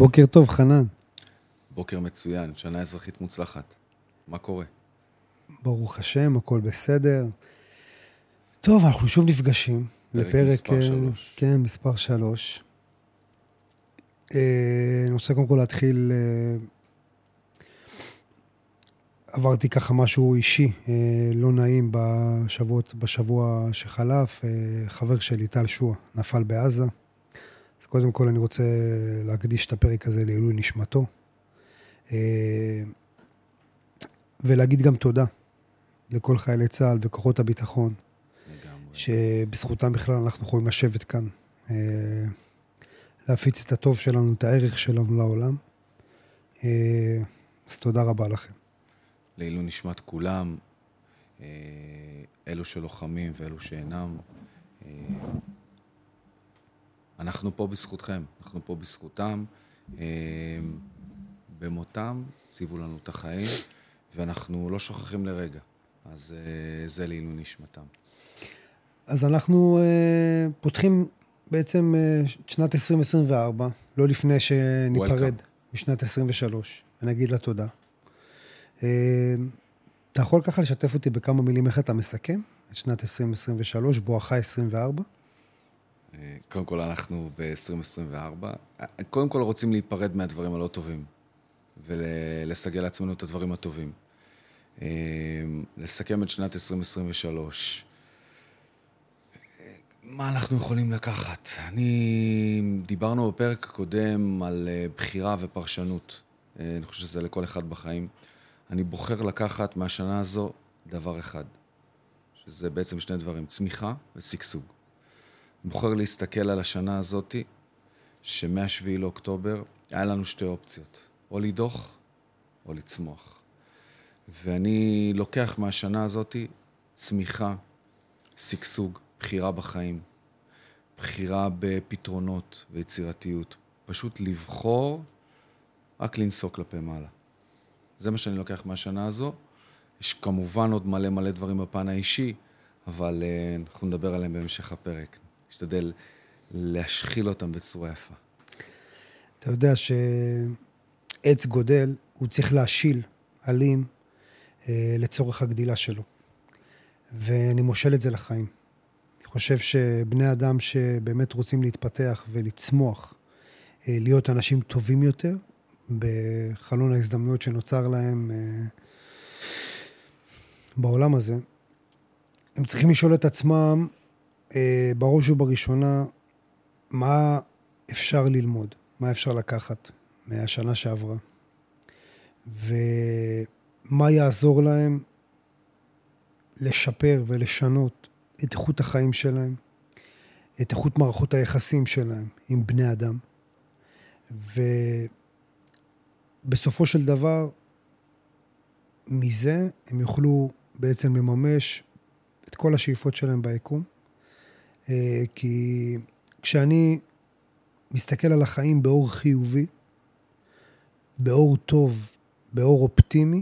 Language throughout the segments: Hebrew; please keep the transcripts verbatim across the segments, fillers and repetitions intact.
בוקר טוב, חנן. בוקר מצוין, שנה אזרחית מוצלחת. מה קורה? ברוך השם, הכל בסדר. טוב, אנחנו שוב נפגשים. פרק לפרק, מספר שלוש. כן, מספר שלוש. אני רוצה קודם כל להתחיל, עברתי ככה משהו אישי, לא נעים בשבועות, בשבוע שחלף. חבר שלי, טל שועה, נפל בעזה. אז קודם כל אני רוצה להקדיש את הפרק הזה לעילוי נשמתו. ולהגיד גם תודה לכל חיילי צה"ל וכוחות הביטחון, שבזכותם בכלל אנחנו יכולים לשבת כאן, להפיץ את הטוב שלנו, את הערך שלנו לעולם. אז תודה רבה לכם. לעילוי נשמת כולם, אלו שלוחמים ואלו שאינם. אנחנו פה בזכותכם, אנחנו פה בזכותם. במותם ציוו לנו את החיים, ואנחנו לא שוכחים לרגע. אז זה לעילוי נשמתם. אז אנחנו uh, פותחים בעצם uh, שנת עשרים עשרים וארבע, לא לפני שניפרד משנת עשרים ושלוש, ונגיד לה תודה. Uh, אתה יכול ככה לשתף אותי בכמה מילים איך אתה מסכם את שנת עשרים עשרים ושלוש, בואכה עשרים וארבע? קודם כל אנחנו ב-עשרים עשרים וארבע. קודם כל רוצים להיפרד מהדברים הלא טובים, ולסגל לעצמנו את הדברים הטובים. לסכם את שנת עשרים עשרים ושלוש. מה אנחנו יכולים לקחת? אני... דיברנו בפרק הקודם על בחירה ופרשנות. אני חושב שזה לכל אחד בחיים. אני בוחר לקחת מהשנה הזו דבר אחד, שזה בעצם שני דברים, צמיחה וסגסוג. אני בוחר להסתכל על השנה הזאת, שמהשביעי לאוקטובר היה לנו שתי אופציות, או לדוח או לצמוח. ואני לוקח מהשנה הזאת צמיחה, סגסוג, בחירה בחיים, בחירה בפתרונות ויצירתיות. פשוט לבחור רק לנסוק כלפי מעלה. זה מה שאני לוקח מהשנה הזו. יש כמובן עוד מלא מלא דברים בפן האישי, אבל uh, אנחנו נדבר עליהם בהמשך הפרק. נשתדל להשחיל אותם בצורה יפה. אתה יודע שעץ גודל, הוא צריך להשיל עלים אה, לצורך הגדילה שלו. ואני מושל את זה לחיים. אני חושב שבני אדם שבאמת רוצים להתפתח ולצמוח, אה, להיות אנשים טובים יותר, בחלון ההזדמנויות שנוצר להם אה, בעולם הזה, הם צריכים לשאול את עצמם, אה, בראש ובראשונה, מה אפשר ללמוד, מה אפשר לקחת מהשנה שעברה, ומה יעזור להם לשפר ולשנות את איכות החיים שלהם, את איכות מערכות היחסים שלהם עם בני אדם, ובסופו של דבר, מזה הם יוכלו בעצם לממש את כל השאיפות שלהם ביקום, כי כשאני מסתכל על החיים באור חיובי, באור טוב, באור אופטימי,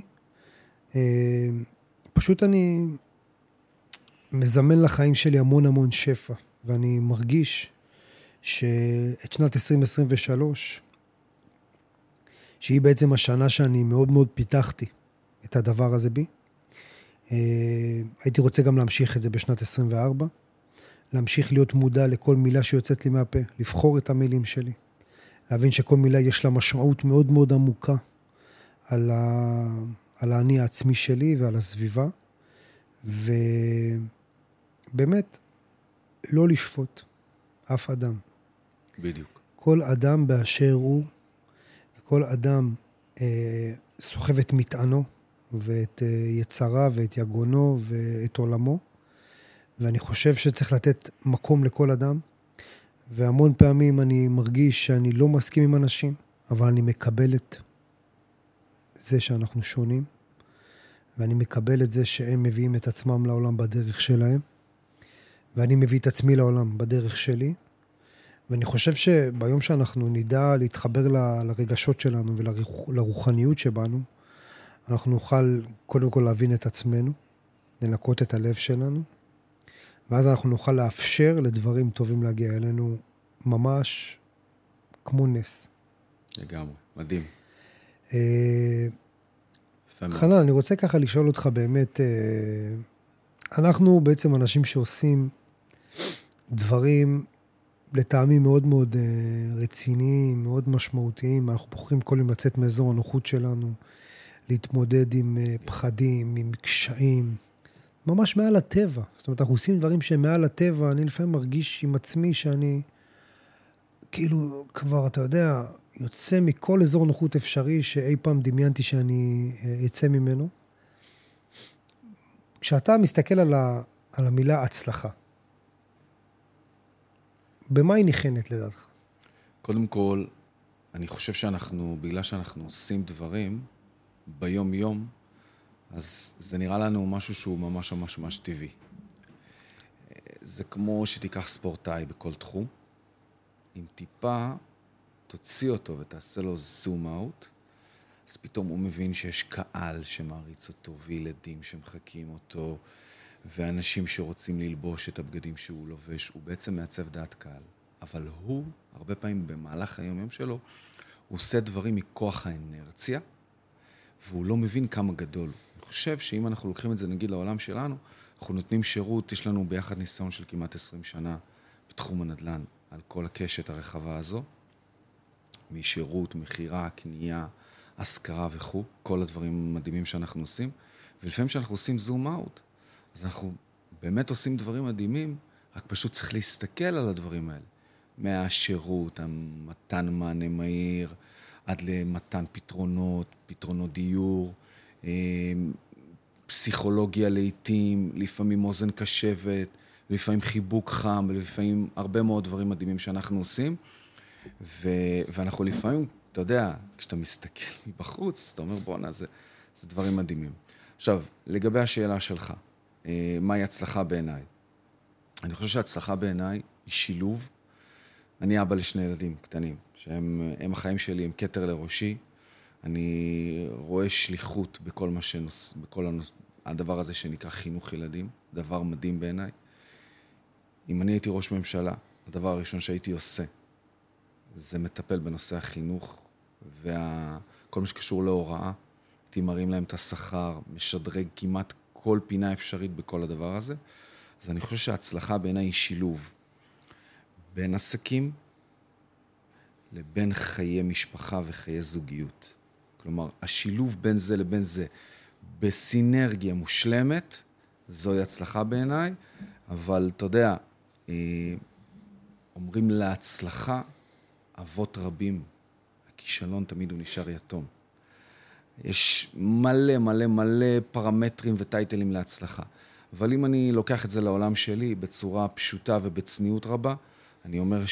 פשוט אני מזמן לחיים שלי המון המון שפע, ואני מרגיש שאת שנת עשרים עשרים ושלוש, שהיא בעצם השנה שאני מאוד מאוד פיתחתי את הדבר הזה בי, הייתי רוצה גם להמשיך את זה בשנת עשרים וארבע, להמשיך להיות מודע לכל מילה שיוצאת לי מהפה, לבחור את המילים שלי, להבין שכל מילה יש לה משמעות מאוד מאוד עמוקה על, ה... על האני העצמי שלי ועל הסביבה, ובאמת לא לשפוט אף אדם. בדיוק. כל אדם באשר הוא, כל אדם אה, סוחב את מטענו, ואת אה, יצרה ואת יגונו ואת עולמו, ואני חושב שצריך לתת מקום לכל אדם, והמון פעמים אני מרגיש שאני לא מסכים עם אנשים, אבל אני מקבל את זה שאנחנו שונים, ואני מקבל את זה שהם מביאים את עצמם לעולם בדרך שלהם, ואני מביא את עצמי לעולם בדרך שלי, ואני חושב שביום שאנחנו נדע להתחבר ל- לרגשות שלנו ולרוחניות שבנו, אנחנו נוכל קודם כל להבין את עצמנו, לנקות את הלב שלנו, ואז אנחנו נוכל לאפשר לדברים טובים להגיע אלינו ממש כמו נס. לגמרי, מדהים. חנן, אני רוצה ככה לשאול אותך באמת, אנחנו בעצם אנשים שעושים דברים לטעמים מאוד מאוד רציניים, מאוד משמעותיים, אנחנו בוחרים כל יום לצאת מאזור הנוחות שלנו, להתמודד עם פחדים, עם קשיים, ממש מעל הטבע. זאת אומרת, אנחנו עושים דברים שהם מעל הטבע, אני לפעמים מרגיש עם עצמי שאני, כאילו כבר, אתה יודע, יוצא מכל אזור נוחות אפשרי שאי פעם דמיינתי שאני יצא ממנו. כשאתה מסתכל על, ה, על המילה הצלחה, במה היא ניחנת לדעתך? קודם כל, אני חושב שאנחנו, בגלל שאנחנו עושים דברים ביום יום, אז זה נראה לנו משהו שהוא ממש ממש ממש טבעי. זה כמו שתיקח ספורטאי בכל תחום, אם טיפה תוציא אותו ותעשה לו זום אאוט, אז פתאום הוא מבין שיש קהל שמעריץ אותו, וילדים שמחכים אותו, ואנשים שרוצים ללבוש את הבגדים שהוא לובש, הוא בעצם מעצב דעת קהל. אבל הוא, הרבה פעמים במהלך היום-יום שלו, הוא עושה דברים מכוח האנרציה, והוא לא מבין כמה גדול. אני חושב שאם אנחנו לוקחים את זה, נגיד, לעולם שלנו, אנחנו נותנים שירות, יש לנו ביחד ניסיון של כמעט עשרים שנה בתחום הנדל"ן, על כל הקשת הרחבה הזו, משירות, מחירה, קנייה, השכרה וכו', כל הדברים המדהימים שאנחנו עושים, ולפעמים שאנחנו עושים זום אאוט, אז אנחנו באמת עושים דברים מדהימים, רק פשוט צריך להסתכל על הדברים האלה. מהשירות, המתן מענה מהיר, עד למתן פתרונות, פתרונות דיור, פסיכולוגיה לעתים, לפעמים אוזן קשבת, לפעמים חיבוק חם, ולפעמים הרבה מאוד דברים מדהימים שאנחנו עושים, ו- ואנחנו לפעמים, אתה יודע, כשאתה מסתכל מבחוץ, אתה אומר, בוא'נה, זה, זה דברים מדהימים. עכשיו, לגבי השאלה שלך, מהי הצלחה בעיניי? אני חושב שההצלחה בעיניי היא שילוב. אני אבא לשני ילדים קטנים, שהם הם החיים שלי, הם כתר לראשי. אני רואה שליחות בכל מה שנוס, בכל הנוס, הדבר הזה שנקרא חינוך ילדים, דבר מדהים בעיניי. אם אני הייתי ראש ממשלה, הדבר הראשון שהייתי עושה, זה מטפל בנושא החינוך, וכל מה שקשור להוראה, הייתי מרים להם את השכר, משדרג כמעט כל פינה אפשרית בכל הדבר הזה. אז אני חושב שההצלחה בעיניי היא שילוב בין עסקים לבין חיי משפחה וחיי זוגיות. כלומר, השילוב בין זה לבין זה בסינרגיה מושלמת, זוהי הצלחה בעיניי, אבל אתה יודע, אומרים להצלחה אבות רבים, הכישלון תמיד הוא נשאר יתום. יש מלא מלא מלא פרמטרים וטייטלים להצלחה. אבל אם אני לוקח את זה לעולם שלי בצורה פשוטה ובצניעות רבה, אני אומר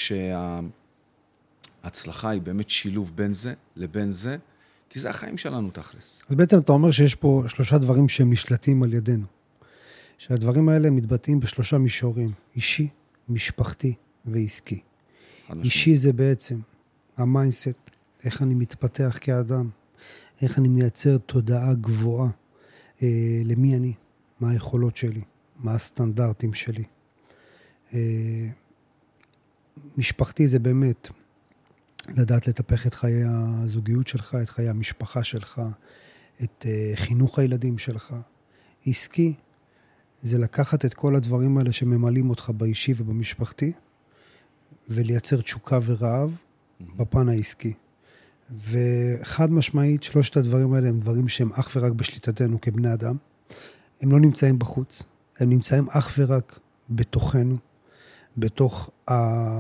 שההצלחה היא באמת שילוב בין זה לבין זה, כי זה החיים שלנו תכלס. אז בעצם אתה אומר שיש פה שלושה דברים שמשלטים על ידינו. שהדברים האלה מתבטאים בשלושה מישורים, אישי, משפחתי ועסקי. אישי זה בעצם המיינדסט, איך אני מתפתח כאדם, איך אני מייצר תודעה גבוהה אה, למי אני, מה היכולות שלי, מה הסטנדרטים שלי. אה, משפחתי זה באמת לדעת לטפח את חיי הזוגיות שלך, את חיי המשפחה שלך, את אה, חינוך הילדים שלך. עסקי זה לקחת את כל הדברים האלה שממלאים אותך באישי ובמשפחתי, ולייצר תשוקה ורעב mm-hmm. בפן העסקי. וחד משמעית, שלושת הדברים האלה הם דברים שהם אך ורק בשליטתנו כבני אדם. הם לא נמצאים בחוץ, הם נמצאים אך ורק בתוכנו, בתוך ה...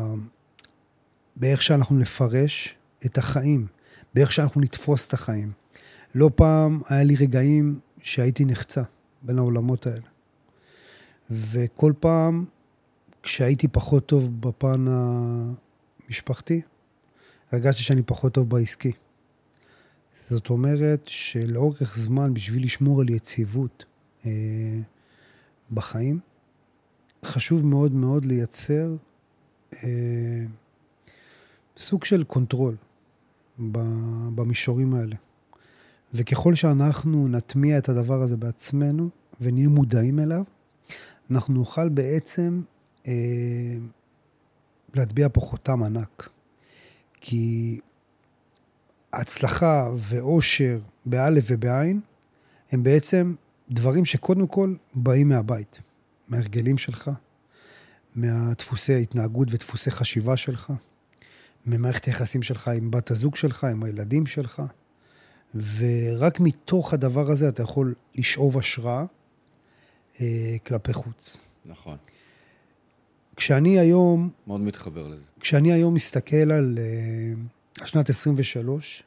באיך שאנחנו נפרש את החיים, באיך שאנחנו נתפוס את החיים. לא פעם היה לי רגעים שהייתי נחצה בין העולמות האלה. וכל פעם כשהייתי פחות טוב בפן המשפחתי, הרגשתי שאני פחות טוב בעסקי. זאת אומרת שלאורך זמן, בשביל לשמור על יציבות אה, בחיים, חשוב מאוד מאוד לייצר אה, סוג של קונטרול במישורים האלה. וככל שאנחנו נטמיע את הדבר הזה בעצמנו, ונהיה מודעים אליו, אנחנו נוכל בעצם אה, להטביע פה חותם ענק. כי ההצלחה ואושר באלף ובעין, הם בעצם דברים שקודם כל באים מהבית, מהרגלים שלך, מהדפוסי ההתנהגות ודפוסי חשיבה שלך, ממערכת היחסים שלך עם בת הזוג שלך, עם הילדים שלך, ורק מתוך הדבר הזה אתה יכול לשאוב השראה אה, כלפי חוץ. נכון. כשאני היום... מאוד מתחבר לזה. כשאני היום מסתכל על uh, שנת עשרים ושלוש,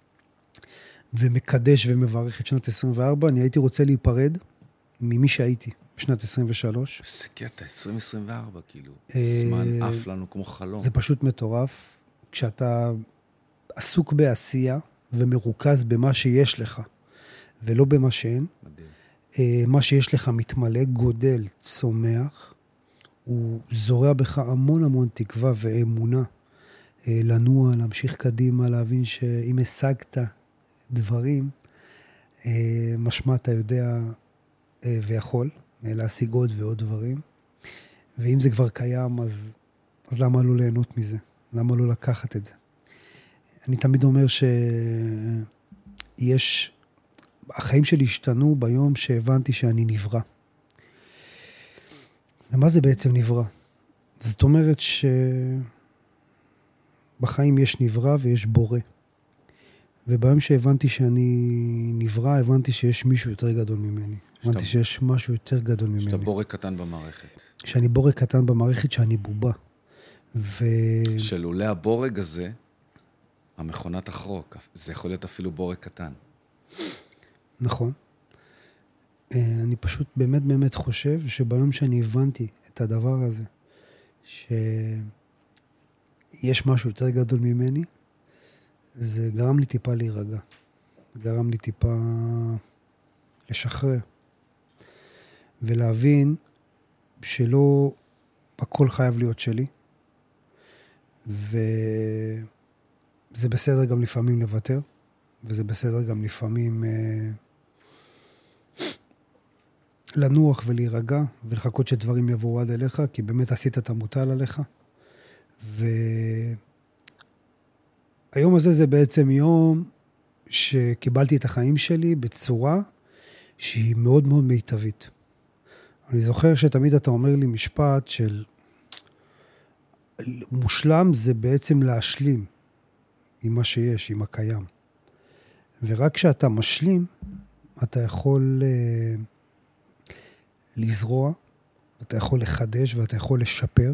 ומקדש ומברך את שנת עשרים וארבע, אני הייתי רוצה להיפרד ממי שהייתי בשנת עשרים ושלוש. זה קטע, עשרים עשרים וארבע, כאילו. Uh, זמן עף לנו כמו חלום. זה פשוט מטורף. כשאתה עסוק בעשייה ומרוכז במה שיש לך, ולא במה שאין, מדהים. Uh, מה שיש לך מתמלא, גודל, צומח, הוא זורע בך המון המון תקווה ואמונה, לנוע, להמשיך קדימה, להבין שאם השגת דברים, משמע אתה יודע ויכול להשיג עוד ועוד דברים. ואם זה כבר קיים, אז, אז למה לא ליהנות מזה? למה לא לקחת את זה? אני תמיד אומר שיש, החיים שלי השתנו ביום שהבנתי שאני נברא. ומה זה בעצם נברא? זאת אומרת שבחיים יש נברא ויש בורא. וביום שהבנתי שאני נברא, הבנתי שיש מישהו יותר גדול ממני. שאתה... הבנתי שיש משהו יותר גדול ממני. שאתה בורא קטן במערכת. שאני בורא קטן במערכת, שאני בובה. ו... שלולא הבורג הזה, המכונה תחרוק. זה יכול להיות אפילו בורג קטן. נכון. אני פשוט באמת באמת חושב שביום שאני הבנתי את הדבר הזה, שיש משהו יותר גדול ממני, זה גרם לי טיפה להירגע. גרם לי טיפה לשחרר. ולהבין שלא הכל חייב להיות שלי. וזה בסדר גם לפעמים לוותר, וזה בסדר גם לפעמים... לנוח ולהירגע, ולחכות שדברים יבואו עד אליך, כי באמת עשית את המוטל עליך. והיום הזה זה בעצם יום שקיבלתי את החיים שלי בצורה שהיא מאוד מאוד מיטבית. אני זוכר שתמיד אתה אומר לי משפט של מושלם זה בעצם להשלים עם מה שיש, עם הקיים. ורק כשאתה משלים, אתה יכול... לזרוע, אתה יכול לחדש ואתה יכול לשפר,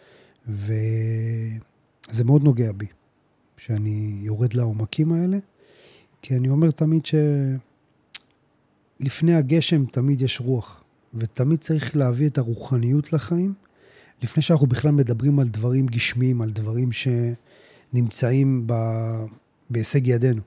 וזה מאוד נוגע בי, שאני יורד לעומקים האלה, כי אני אומר תמיד שלפני הגשם תמיד יש רוח, ותמיד צריך להביא את הרוחניות לחיים, לפני שאנחנו בכלל מדברים על דברים גשמיים, על דברים שנמצאים ב... בהישג ידינו.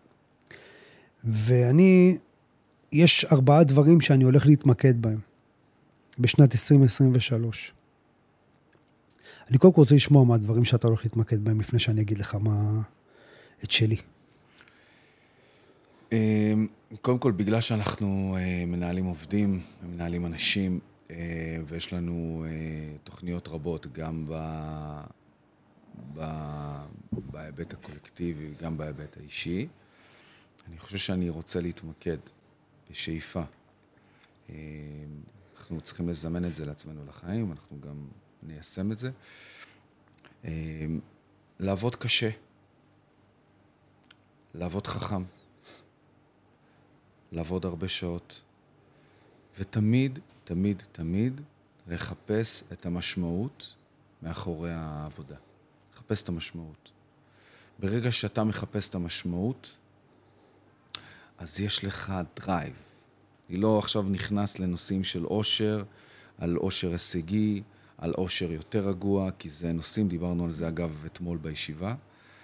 ואני, יש ארבעה דברים שאני הולך להתמקד בהם. בשנת עשרים עשרים ושלוש. אני קודם כל רוצה לשמוע מה הדברים שאתה הולך להתמקד בהם, לפני שאני אגיד לך מה את שלי. קודם כל, בגלל שאנחנו מנהלים עובדים, מנהלים אנשים, ויש לנו תוכניות רבות, גם בהיבט הקולקטיבי, גם בהיבט האישי, אני חושב שאני רוצה להתמקד בשאיפה. אנחנו צריכים לזמן את זה לעצמנו לחיים, אנחנו גם ניישם את זה. לעבוד קשה, לעבוד חכם, לעבוד הרבה שעות, ותמיד, תמיד, תמיד לחפש את המשמעות מאחורי העבודה. לחפש את המשמעות. ברגע שאתה מחפש את המשמעות, אז יש לך דרייב. אני לא עכשיו נכנס לנושאים של אושר, על אושר הישגי, על אושר יותר רגוע, כי זה נושאים, דיברנו על זה אגב אתמול בישיבה.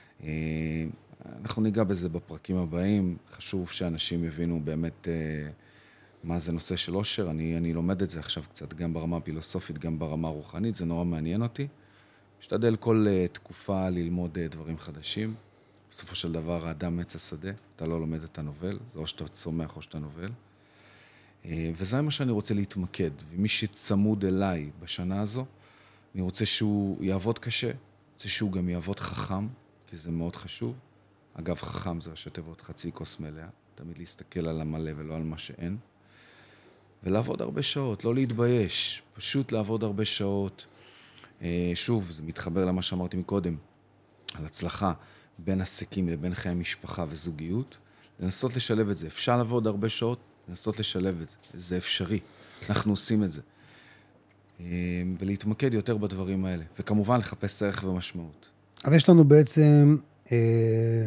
אנחנו ניגע בזה בפרקים הבאים, חשוב שאנשים יבינו באמת מה זה נושא של אושר. אני, אני לומד את זה עכשיו קצת, גם ברמה הפילוסופית, גם ברמה הרוחנית, זה נורא מעניין אותי. משתדל כל תקופה ללמוד דברים חדשים. בסופו של דבר, האדם עץ השדה, אתה לא לומד את הנובל, זה או שאתה צומח או שאתה נובל. וזה מה שאני רוצה להתמקד, ומי שצמוד אליי בשנה הזו, אני רוצה שהוא יעבוד קשה, רוצה שהוא גם יעבוד חכם, כי זה מאוד חשוב. אגב, חכם זה ראשי תיבות, חצי כוס מלאה, תמיד להסתכל על המלא ולא על מה שאין, ולעבוד הרבה שעות, לא להתבייש, פשוט לעבוד הרבה שעות. שוב, זה מתחבר למה שאמרתי מקודם, על הצלחה בין עסקים לבין חיי משפחה וזוגיות, לנסות לשלב את זה. אפשר לעבוד הרבה שעות, לנסות לשלב את זה. זה אפשרי. אנחנו עושים את זה. ולהתמקד יותר בדברים האלה. וכמובן, לחפש ערך ומשמעות. אז יש לנו בעצם אה,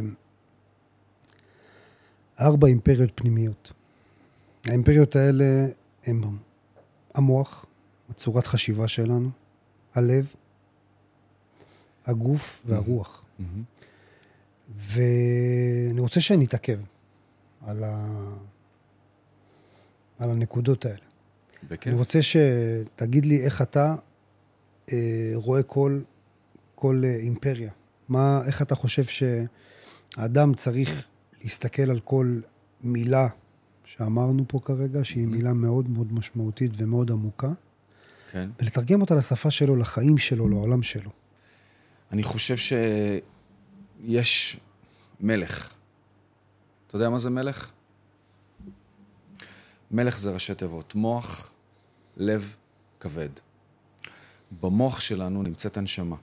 ארבע אימפריות פנימיות. האימפריות האלה הן המוח, הצורת חשיבה שלנו, הלב, הגוף והרוח. Mm-hmm. ואני רוצה שנתעכב על, ה... על הנקודות האלה. בכיף. אני רוצה שתגיד לי איך אתה אה, רואה כל, כל אה, אימפריה. מה, איך אתה חושב שהאדם צריך להסתכל על כל מילה שאמרנו פה כרגע, שהיא מילה מאוד מאוד משמעותית ומאוד עמוקה, כן. ולתרגם אותה לשפה שלו, לחיים שלו, לעולם שלו. אני חושב שיש מלך. אתה יודע מה זה מלך? מלך זה ראשי תיבות. מוח, לב, כבד. במוח שלנו נמצאת הנשמה.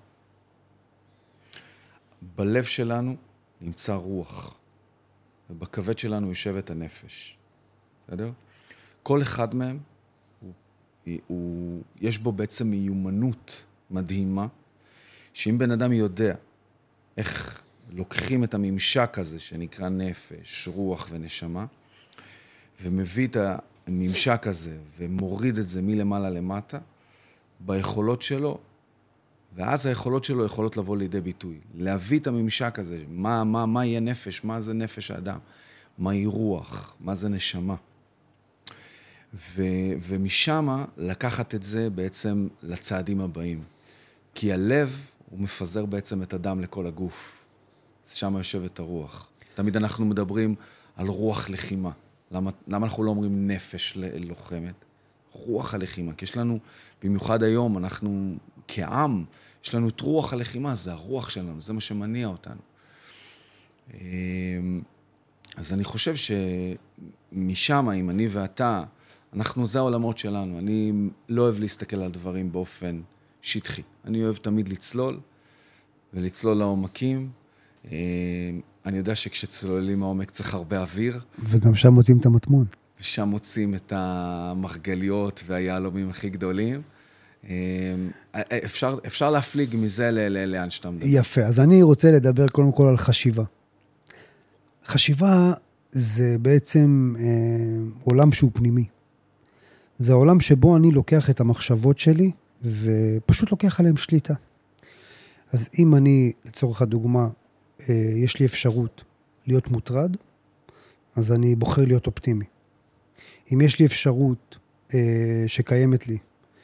בלב שלנו נמצא רוח. ובכבד שלנו יושבת הנפש. בסדר? כל אחד מהם, הוא, הוא, יש בו בעצם מיומנות מדהימה, שאם בן אדם יודע איך לוקחים את הממשק הזה שנקרא נפש, רוח ונשמה, ומביא את הממשק הזה ומוריד את זה מלמעלה למטה, ביכולות שלו, ואז היכולות שלו יכולות לבוא לידי ביטוי. להביא את הממשק הזה, מה, מה, מה יהיה נפש, מה זה נפש האדם, מה היא רוח, מה זה נשמה. ו, ומשם לקחת את זה בעצם לצעדים הבאים. כי הלב הוא מפזר בעצם את הדם לכל הגוף. שם יושבת הרוח. תמיד אנחנו מדברים על רוח לחימה. למה, למה אנחנו לא אומרים נפש לוחמת? רוח הלחימה. כי יש לנו, במיוחד היום, אנחנו כעם, יש לנו את רוח הלחימה, זה הרוח שלנו, זה מה שמניע אותנו. אז אני חושב שמשם, אם אני ואתה, אנחנו, זה העולמות שלנו. אני לא אוהב להסתכל על דברים באופן שטחי. אני אוהב תמיד לצלול, ולצלול לעומקים. אני יודע שכשצלולים העומק צריך הרבה אוויר. וגם שם מוצאים את המטמון. ושם מוצאים את המרגליות והיהלומים הכי גדולים. אפשר, אפשר להפליג מזה ל- ל- לאן שאתה מדבר. יפה, אז אני רוצה לדבר קודם כל על חשיבה. חשיבה זה בעצם אה, עולם שהוא פנימי. זה העולם שבו אני לוקח את המחשבות שלי, ופשוט לוקח עליהם שליטה. אז אם אני, לצורך הדוגמה, אה, יש לי אפשרות להיות מוטרד, אז אני בוחר להיות אופטימי. אם יש לי אפשרות אה, שקיימת לי,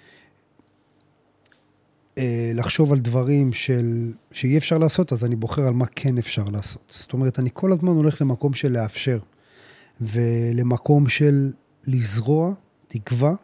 לחשוב על דברים של, שאי אפשר לעשות, אז אני בוחר על מה כן אפשר לעשות. זאת אומרת, אני כל הזמן הולך למקום של לאפשר, ולמקום של לזרוע, תקווה,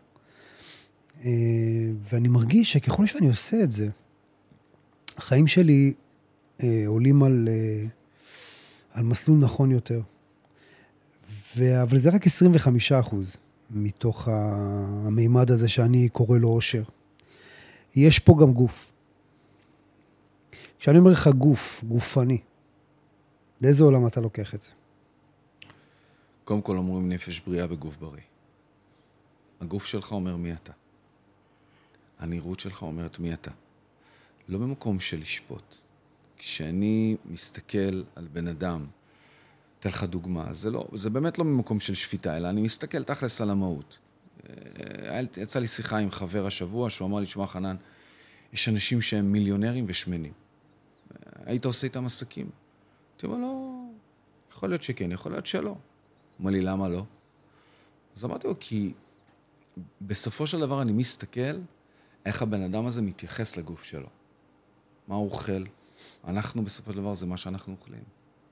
ואני מרגיש שככל שאני עושה את זה, החיים שלי עולים על, על מסלול נכון יותר. ו... אבל זה רק עשרים וחמישה אחוז מתוך המימד הזה שאני קורא לו אושר. יש פה גם גוף. כשאני אומר לך גוף, גופני, לאיזה עולם אתה לוקח את זה? קודם כל אומרים נפש בריאה בגוף בריא. הגוף שלך אומר מי אתה. הנראות שלך אומרת מי אתה. לא במקום של לשפוט. כשאני מסתכל על בן אדם, אתן לך דוגמה, זה, לא, זה באמת לא ממקום של שפיטה, אלא אני מסתכל תכלס על המהות. יצא לי שיחה עם חבר השבוע, שהוא אמר לי, שמע חנן, יש אנשים שהם מיליונרים ושמנים. היית עושה איתם עסקים? אתה אומר, לא, יכול להיות שכן, יכול להיות שלא. אמר לי, למה לא? אז אמרתי לו, כי בסופו של דבר אני מסתכל איך הבן אדם הזה מתייחס לגוף שלו. מה הוא אוכל? אנחנו בסופו של דבר זה מה שאנחנו אוכלים.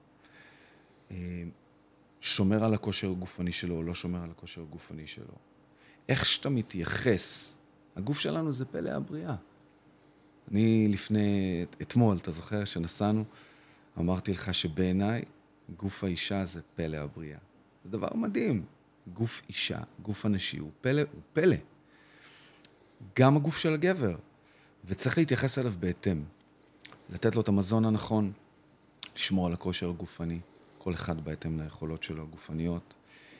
שומר על הכושר הגופני שלו או לא שומר על הכושר הגופני שלו. איך שאתה מתייחס, הגוף שלנו זה פלא הבריאה. אני לפני, אתמול, אתה זוכר שנסענו, אמרתי לך שבעיניי גוף האישה זה פלא הבריאה. זה דבר מדהים. גוף אישה, גוף הנשי, הוא פלא, הוא פלא. גם הגוף של הגבר. וצריך להתייחס אליו בהתאם. לתת לו את המזון הנכון, לשמור על הכושר הגופני, כל אחד בהתאם ליכולות שלו הגופניות.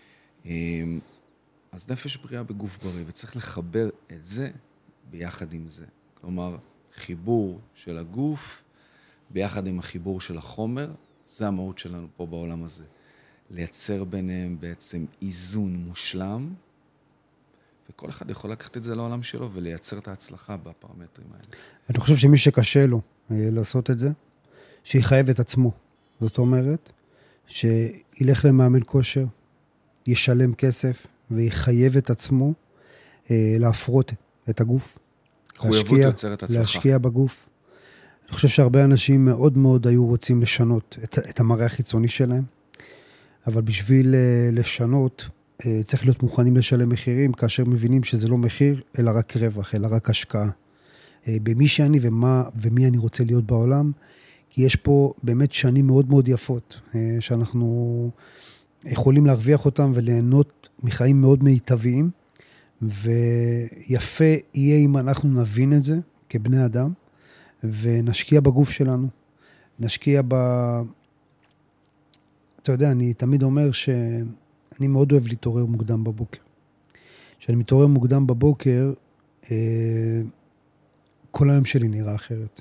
אז נפש בריאה בגוף בריא, וצריך לחבר את זה ביחד עם זה. כלומר, חיבור של הגוף ביחד עם החיבור של החומר, זה המהות שלנו פה בעולם הזה. לייצר ביניהם בעצם איזון מושלם, וכל אחד יכול לקחת את זה לעולם שלו ולייצר את ההצלחה בפרמטרים האלה. אני חושב שמי שקשה לו לעשות את זה, שיחייב את עצמו. זאת אומרת, שילך למאמן כושר, ישלם כסף, ויחייב את עצמו להפרות את הגוף. מחויבות יוצר את הצלחה. להשקיע בגוף. אני חושב שהרבה אנשים מאוד מאוד היו רוצים לשנות את, את המראה החיצוני שלהם, אבל בשביל לשנות, צריך להיות מוכנים לשלם מחירים, כאשר מבינים שזה לא מחיר, אלא רק רווח, אלא רק השקעה. במי שאני ומה, ומי אני רוצה להיות בעולם, כי יש פה באמת שנים מאוד מאוד יפות, שאנחנו יכולים להרוויח אותם וליהנות מחיים מאוד מיטביים, ויפה יהיה אם אנחנו נבין את זה כבני אדם, ונשקיע בגוף שלנו, נשקיע ב... אתה יודע, אני תמיד אומר שאני מאוד אוהב להתעורר מוקדם בבוקר. כשאני מתעורר מוקדם בבוקר, כל היום שלי נראה אחרת.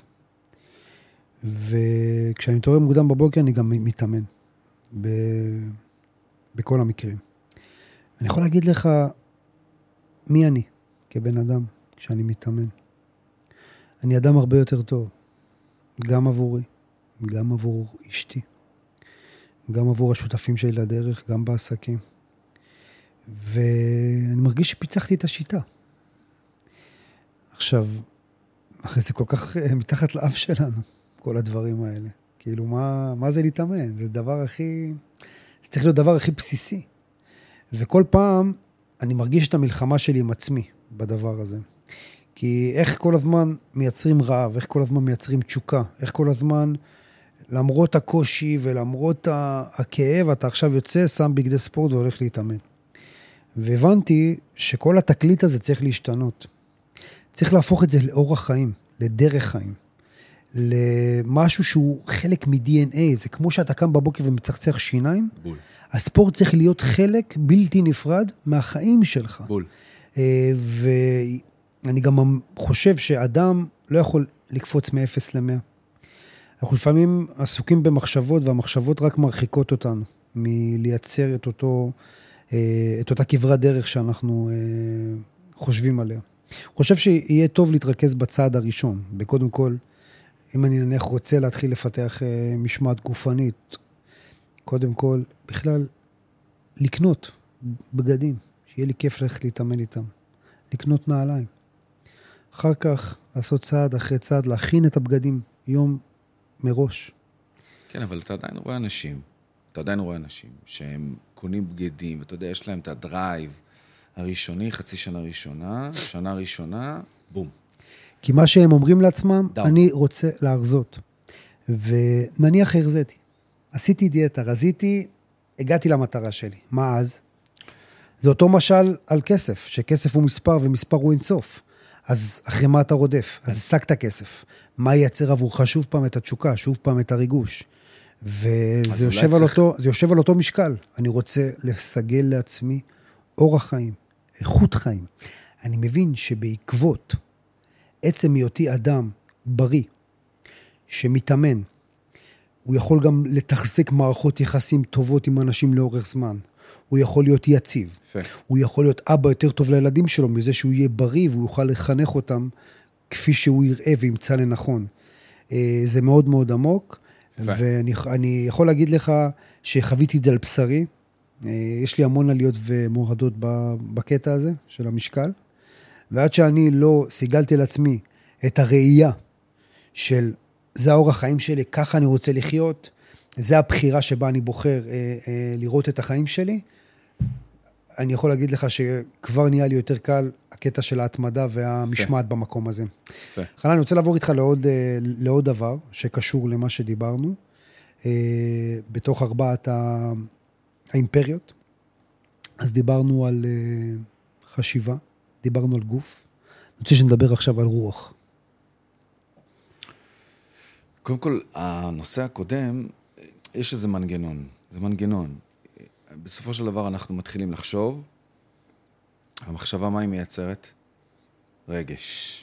וכשאני מתעורר מוקדם בבוקר, אני גם מתאמן. ב... בכל המקרים. אני יכול להגיד לך מי אני כבן אדם כשאני מתאמן. אני אדם הרבה יותר טוב. גם עבורי, גם עבור אשתי, גם עבור השותפים שלי לדרך, גם בעסקים. ואני מרגיש שפיצחתי את השיטה. עכשיו, אחרי זה כל כך מתחת לאף שלנו, כל הדברים האלה. כאילו, מה, מה זה להתאמן? זה דבר הכי... זה צריך להיות דבר הכי בסיסי. וכל פעם אני מרגיש את המלחמה שלי עם עצמי בדבר הזה. כי איך כל הזמן מייצרים רעב, איך כל הזמן מייצרים תשוקה, איך כל הזמן, למרות הקושי ולמרות הכאב, אתה עכשיו יוצא, שם בגדי ספורט והולך להתאמן. והבנתי שכל התקליט הזה צריך להשתנות. צריך להפוך את זה לאורח חיים, לדרך חיים. למשהו שהוא חלק מ-די אן איי, זה כמו שאתה קם בבוקר ומצחצח שיניים, בול. הספורט צריך להיות חלק בלתי נפרד מהחיים שלך. בול. ואני גם חושב שאדם לא יכול לקפוץ מ-אפס ל-מאה. אנחנו לפעמים עסוקים במחשבות, והמחשבות רק מרחיקות אותנו מלייצר את אותו, את אותה כברת דרך שאנחנו חושבים עליה. אני חושב שיהיה טוב להתרכז בצעד הראשון, בקודם כל, אם אני נניח רוצה להתחיל לפתח משמעת גופנית, קודם כל, בכלל, לקנות בגדים, שיהיה לי כיף ללכת להתאמן איתם, לקנות נעליים. אחר כך, לעשות צעד אחרי צעד, להכין את הבגדים יום מראש. כן, אבל אתה עדיין רואה אנשים, אתה עדיין רואה אנשים שהם קונים בגדים, ואתה יודע, יש להם את הדרייב הראשוני, חצי שנה ראשונה, שנה ראשונה, בום. כי מה שהם אומרים לעצמם, דאו. אני רוצה להרזות. ונניח הרזיתי. עשיתי דיאטה, רזיתי, הגעתי למטרה שלי. מה אז? זה אותו משל על כסף, שכסף הוא מספר ומספר הוא אינסוף. אז אחרי מה אתה רודף? אז השגת כסף. מה ייצר עבורך? שוב פעם את התשוקה, שוב פעם את הריגוש. וזה יושב על אותו, זה יושב על אותו משקל. אני רוצה לסגל לעצמי אורח חיים, איכות חיים. אני מבין שבעקבות עצם היותי אדם בריא, שמתאמן, הוא יכול גם לתחזק מערכות יחסים טובות עם אנשים לאורך זמן. הוא יכול להיות יציב. פה. הוא יכול להיות אבא יותר טוב לילדים שלו, מזה שהוא יהיה בריא, והוא יוכל לחנך אותם כפי שהוא יראה וימצא לנכון. זה מאוד מאוד עמוק, פה. ואני אני יכול להגיד לך שחוויתי את זה על בשרי. יש לי המון עליות ומורדות בקטע הזה של המשקל, ועד שאני לא סיגלתי לעצמי את הראייה של זה האורח חיים שלי, ככה אני רוצה לחיות, זה הבחירה שבה אני בוחר אה, אה, לראות את החיים שלי, אני יכול להגיד לך שכבר נהיה לי יותר קל הקטע של ההתמדה והמשמעת פה. במקום הזה. חנן, אני רוצה לעבור איתך לעוד, לעוד דבר שקשור למה שדיברנו, אה, בתוך ארבעת ה... האימפריות. אז דיברנו על אה, חשיבה, דיברנו על גוף. אני רוצה שנדבר עכשיו על רוח. קודם כל, הנושא הקודם, יש איזה מנגנון. זה מנגנון. בסופו של דבר אנחנו מתחילים לחשוב, המחשבה מה היא מייצרת? רגש.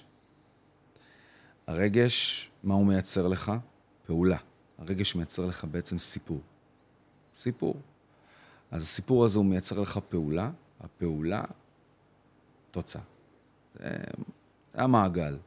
הרגש, מה הוא מייצר לך? פעולה. הרגש מייצר לך בעצם סיפור. סיפור. אז הסיפור הזה הוא מייצר לך פעולה, הפעולה, תוצאה. זה המעגל.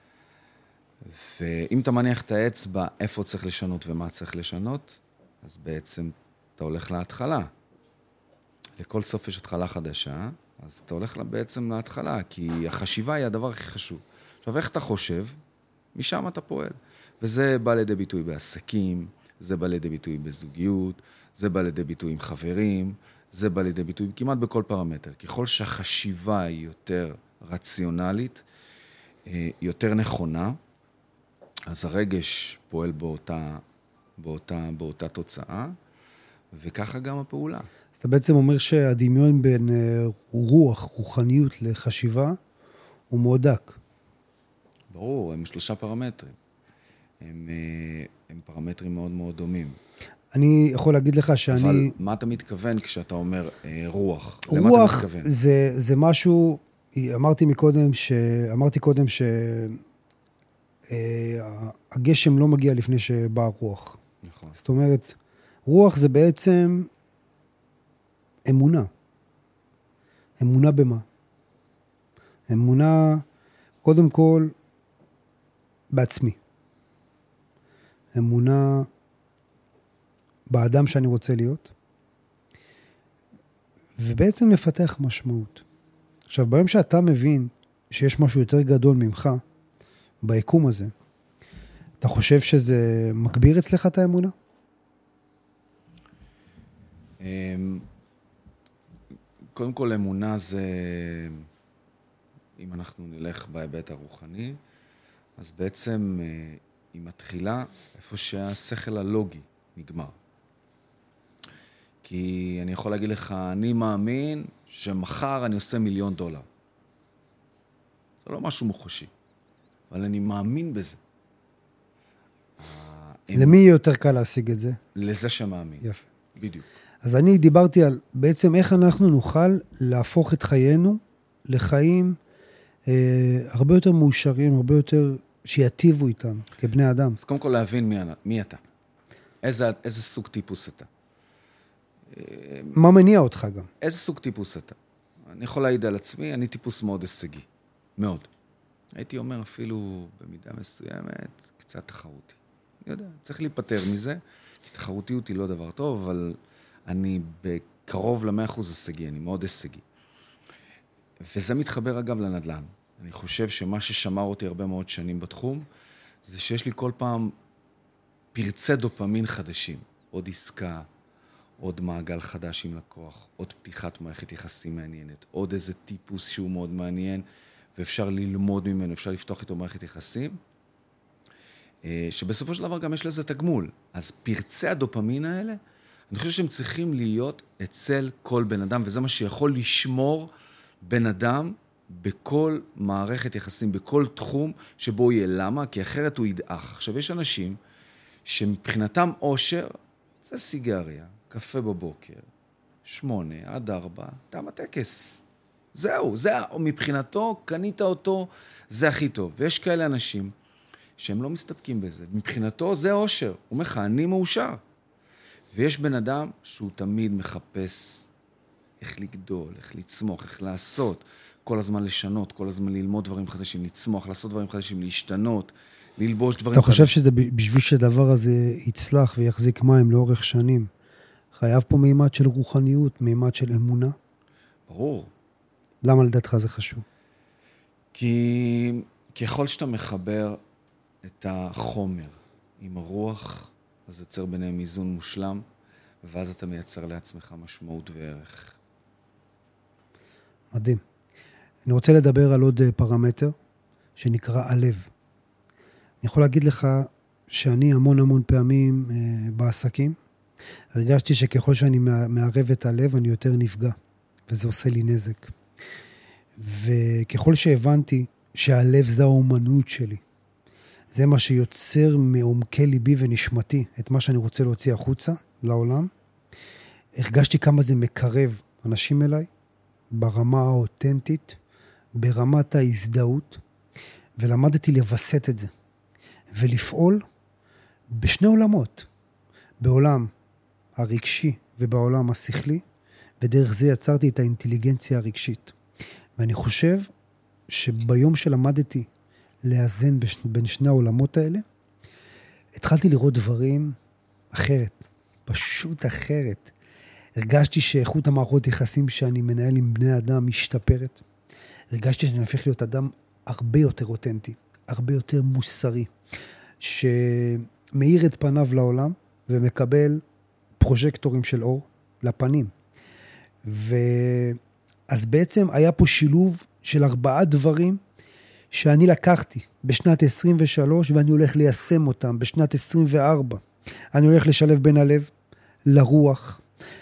ואם אתה מניח את האצבע, איפה צריך לשנות ומה צריך לשנות, אז בעצם אתה הולך להתחלה. לכל סוף יש התחלה חדשה, אז אתה הולך בעצם להתחלה, כי החשיבה היא הדבר הכי חשוב. עכשיו, איך אתה חושב? משם אתה פועל. וזה בא לידי ביטוי בעסקים, זה בא לידי ביטוי בזוגיות, זה בא לידי ביטוי עם חברים, זה בא לידי ביטוי כמעט בכל פרמטר. ככל שהחשיבה היא יותר רציונלית, יותר נכונה, אז הרגש פועל באותה, באותה, באותה תוצאה, וככה גם הפעולה. אז אתה בעצם אומר שהדמיון בין רוח, רוחניות לחשיבה, הוא מאוד דק. ברור, הם שלושה פרמטרים. הם, הם פרמטרים מאוד מאוד דומים. אני יכול להגיד לך שאני... אבל מה אתה מתכוון כשאתה אומר אה, רוח? רוח זה, זה משהו, אמרתי מקודם ש... אמרתי קודם ש... הגשם לא מגיע לפני שבאה רוח. נכון. זאת אומרת, רוח זה בעצם אמונה. אמונה במה? אמונה, קודם כל, בעצמי. אמונה באדם שאני רוצה להיות, ובעצם לפתח משמעות. עכשיו, ביום שאתה מבין שיש משהו יותר גדול ממך, ביקום הזה, אתה חושב שזה מגביר אצלך את האמונה? קודם כל, אמונה זה, אם אנחנו נלך בהיבט הרוחני, אז בעצם היא מתחילה איפה שהשכל הלוגי נגמר. כי אני יכול להגיד לך, אני מאמין שמחר אני עושה מיליון דולר. זה לא משהו מוחשי. אבל אני מאמין בזה. למי יותר קל להשיג את זה? לזה שמאמין. יפה. בדיוק. אז אני דיברתי על בעצם איך אנחנו נוכל להפוך את חיינו לחיים אה, הרבה יותר מאושרים, הרבה יותר שיטיבו איתם כבני אדם. אז קודם כל להבין מי, מי אתה. איזה, איזה סוג טיפוס אתה. מה מניע אותך גם? איזה סוג טיפוס אתה. אני יכול להעיד על עצמי, אני טיפוס מאוד הישגי. מאוד. הייתי אומר אפילו במידה מסוימת, קצת תחרותי. אני יודע, צריך להיפטר מזה, כי תחרותיות היא לא דבר טוב, אבל אני בקרוב ל-מאה אחוז הישגי, אני מאוד הישגי. וזה מתחבר אגב לנדל"ן. אני חושב שמה ששמר אותי הרבה מאוד שנים בתחום, זה שיש לי כל פעם פרצי דופמין חדשים. עוד עסקה, עוד מעגל חדש עם לקוח, עוד פתיחת מערכת יחסים מעניינת, עוד איזה טיפוס שהוא מאוד מעניין, ואפשר ללמוד ממנו, אפשר לפתוח איתו מערכת יחסים, שבסופו של דבר גם יש לזה תגמול. אז פרצי הדופמין האלה, אני חושב שהם צריכים להיות אצל כל בן אדם, וזה מה שיכול לשמור בן אדם בכל מערכת יחסים, בכל תחום שבו יהיה. למה? כי אחרת הוא ידעך. עכשיו, יש אנשים שמבחינתם אושר, זה סיגריה, קפה בבוקר, שמונה עד ארבע, תם הטקס. זהו, זה, מבחינתו, קנית אותו, זה הכי טוב. ויש כאלה אנשים שהם לא מסתפקים בזה. מבחינתו זה אושר. הוא אומר לך, אני מאושר. ויש בן אדם שהוא תמיד מחפש איך לגדול, איך לצמוח, איך לעשות, כל הזמן לשנות, כל הזמן ללמוד דברים חדשים, לצמוח, לעשות דברים חדשים, להשתנות, ללבוש דברים חדשים. אתה חושב חדשים. שזה בשביל שהדבר הזה יצלח ויחזיק מים לאורך שנים, חייב פה מימד של רוחניות, מימד של אמונה? ברור. למה לדעתך זה חשוב? כי ככל שאתה מחבר את החומר עם הרוח, אז יוצר ביניהם איזון מושלם, ואז אתה מייצר לעצמך משמעות וערך. מדהים. אני רוצה לדבר על עוד פרמטר, שנקרא הלב. אני יכול להגיד לך שאני המון המון פעמים אה, בעסקים, הרגשתי שככל שאני מערב את הלב, אני יותר נפגע, וזה עושה לי נזק. וככל שהבנתי שהלב זה האומנות שלי, זה מה שיוצר מעומקי ליבי ונשמתי, את מה שאני רוצה להוציא החוצה לעולם, הרגשתי כמה זה מקרב אנשים אליי, ברמה האותנטית, ברמת ההזדהות, ולמדתי לבסט את זה, ולפעול בשני עולמות, בעולם הרגשי ובעולם השכלי, ודרך זה יצרתי את האינטליגנציה הרגשית. ואני חושב שביום שלמדתי לאזן בין שני העולמות האלה, התחלתי לראות דברים אחרת, פשוט אחרת. הרגשתי שאיכות המערכות יחסים שאני מנהל עם בני אדם משתפרת. הרגשתי שאני הופך להיות אדם הרבה יותר אותנטי, הרבה יותר מוסרי, שמאיר את פניו לעולם ומקבל פרוז'קטורים של אור לפנים. ואז בעצם היה פה שילוב של ארבעה דברים שאני לקחתי בשנת עשרים ושלוש, ואני הולך ליישם אותם בשנת עשרים וארבע. אני הולך לשלב בין הלב לרוח,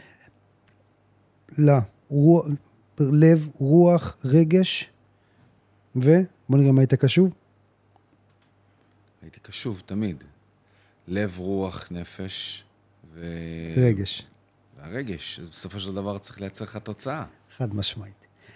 לרוח, לב, רוח, רגש, ובוא נראה מה היית קשוב. הייתי קשוב תמיד. לב, רוח, נפש ו... רגש. והרגש. אז בסופו של דבר צריך לייצר לך תוצאה. חד משמעית.